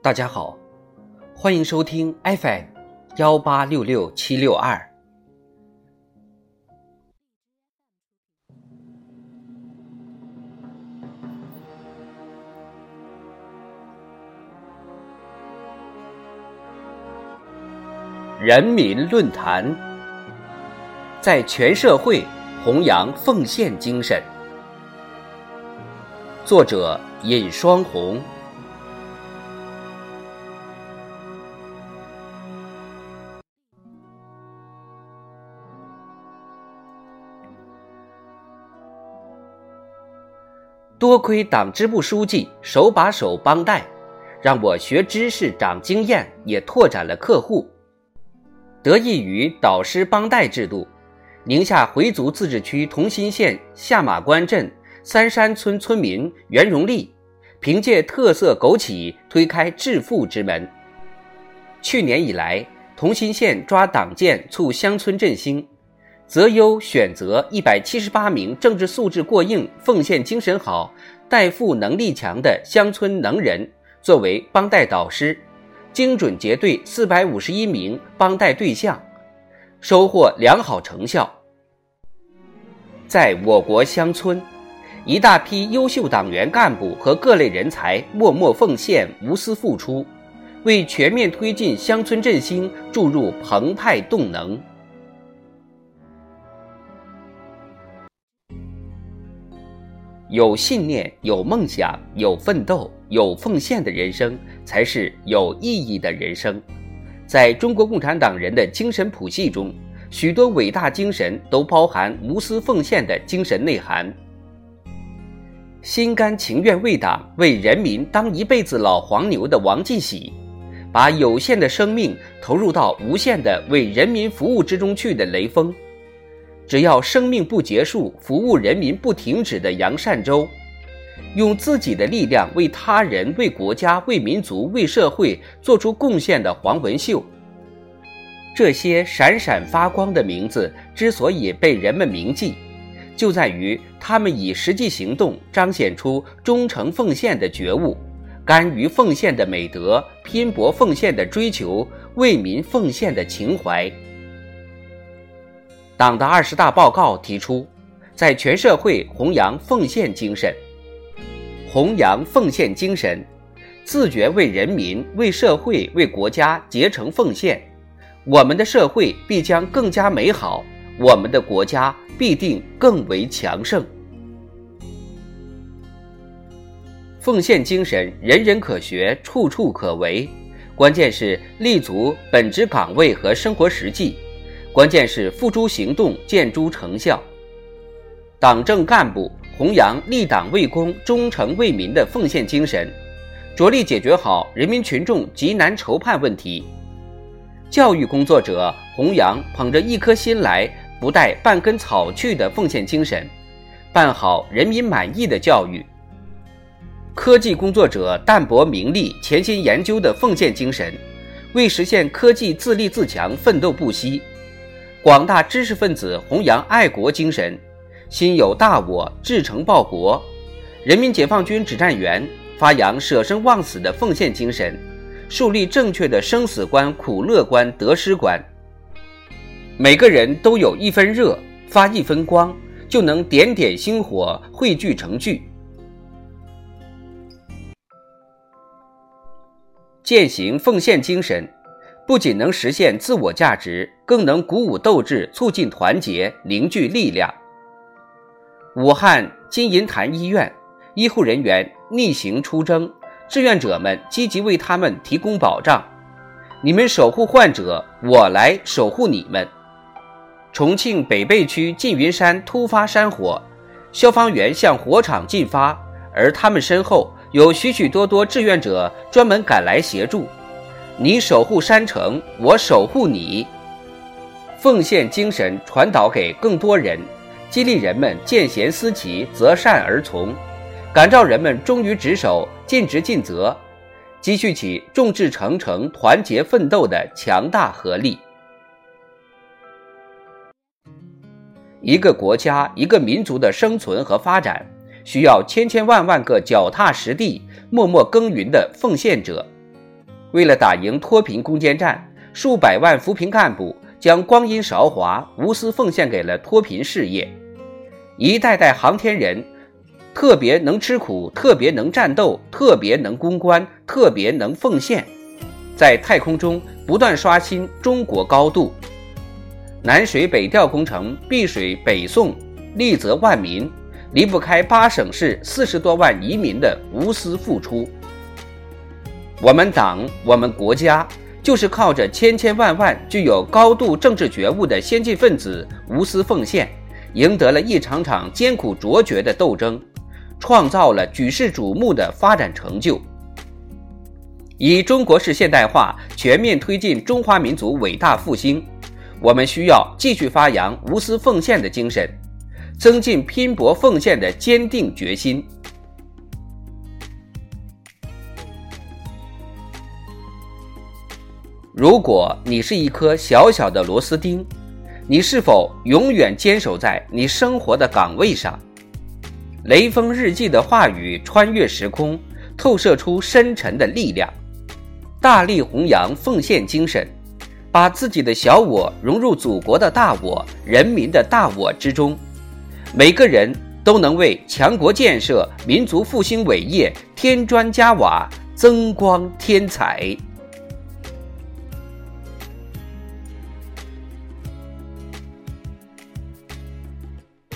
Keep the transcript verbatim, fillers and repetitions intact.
大家好，欢迎收听 F M 一八六六七六二。人民论坛，在全社会弘扬奉献精神。作者尹双红。多亏党支部书记手把手帮带，让我学知识长经验，也拓展了客户。得益于导师帮带制度，宁夏回族自治区同心县下马关镇三山村村民袁荣利凭借特色枸杞推开致富之门。去年以来，同心县抓党建促乡村振兴，择优选择一百七十八名政治素质过硬、奉献精神好、带富能力强的乡村能人作为帮带导师，精准结对四百五十一名帮带对象，收获良好成效。在我国乡村，一大批优秀党员干部和各类人才默默奉献、无私付出，为全面推进乡村振兴注入澎湃动能。有信念、有梦想、有奋斗、有奉献的人生，才是有意义的人生。在中国共产党人的精神谱系中，许多伟大精神都包含无私奉献的精神内涵。心甘情愿为党、为人民当一辈子老黄牛的王进喜，把有限的生命投入到无限的为人民服务之中去的雷锋，只要生命不结束，服务人民不停止的杨善洲，用自己的力量为他人、为国家、为民族、为社会做出贡献的黄文秀，这些闪闪发光的名字之所以被人们铭记，就在于他们以实际行动彰显出忠诚奉献的觉悟、甘于奉献的美德、拼搏奉献的追求、为民奉献的情怀。党的二十大报告提出，在全社会弘扬奉献精神。弘扬奉献精神，自觉为人民、为社会、为国家竭诚奉献，我们的社会必将更加美好，我们的国家必定更为强盛。奉献精神人人可学，处处可为，关键是立足本职岗位和生活实际，关键是付诸行动，见诸成效。党政干部弘扬立党为公、忠诚为民的奉献精神，着力解决好人民群众急难愁盼问题。教育工作者弘扬捧着一颗心来，不带半根草去的奉献精神，办好人民满意的教育。科技工作者淡泊名利，潜心研究的奉献精神，为实现科技自立自强奋斗不息。广大知识分子弘扬爱国精神，心有大我，志诚报国。人民解放军指战员发扬舍生忘死的奉献精神，树立正确的生死观、苦乐观、得失观。每个人都有一分热，发一分光，就能点点星火，汇聚成聚。践行奉献精神，不仅能实现自我价值，更能鼓舞斗志，促进团结，凝聚力量。武汉金银潭医院医护人员逆行出征，志愿者们积极为他们提供保障。你们守护患者，我来守护你们。重庆北碚区缙云山突发山火，消防员向火场进发，而他们身后有许许多多志愿者专门赶来协助。你守护山城，我守护你。奉献精神传导给更多人，激励人们见贤思齐，择善而从，感召人们忠于职守，尽职尽责，积蓄起众志成城、团结奋斗的强大合力。一个国家、一个民族的生存和发展，需要千千万万个脚踏实地、默默耕耘的奉献者。 为了打赢脱贫攻坚战，数百万扶贫干部将光阴韶华无私奉献给了脱贫事业。一代代航天人特别能吃苦，特别能战斗，特别能攻关，特别能奉献，在太空中不断刷新中国高度。南水北调工程碧水北送，利泽万民，离不开八省市四十多万移民的无私付出。我们党，我们国家，就是靠着千千万万具有高度政治觉悟的先进分子无私奉献，赢得了一场场艰苦卓绝的斗争，创造了举世瞩目的发展成就。以中国式现代化全面推进中华民族伟大复兴，我们需要继续发扬无私奉献的精神，增进拼搏奉献的坚定决心。如果你是一颗小小的螺丝钉，你是否永远坚守在你生活的岗位上？雷锋日记的话语穿越时空，透射出深沉的力量，大力弘扬奉献精神，把自己的小我融入祖国的大我、人民的大我之中。每个人都能为强国建设、民族复兴伟业添砖加瓦，增光添彩。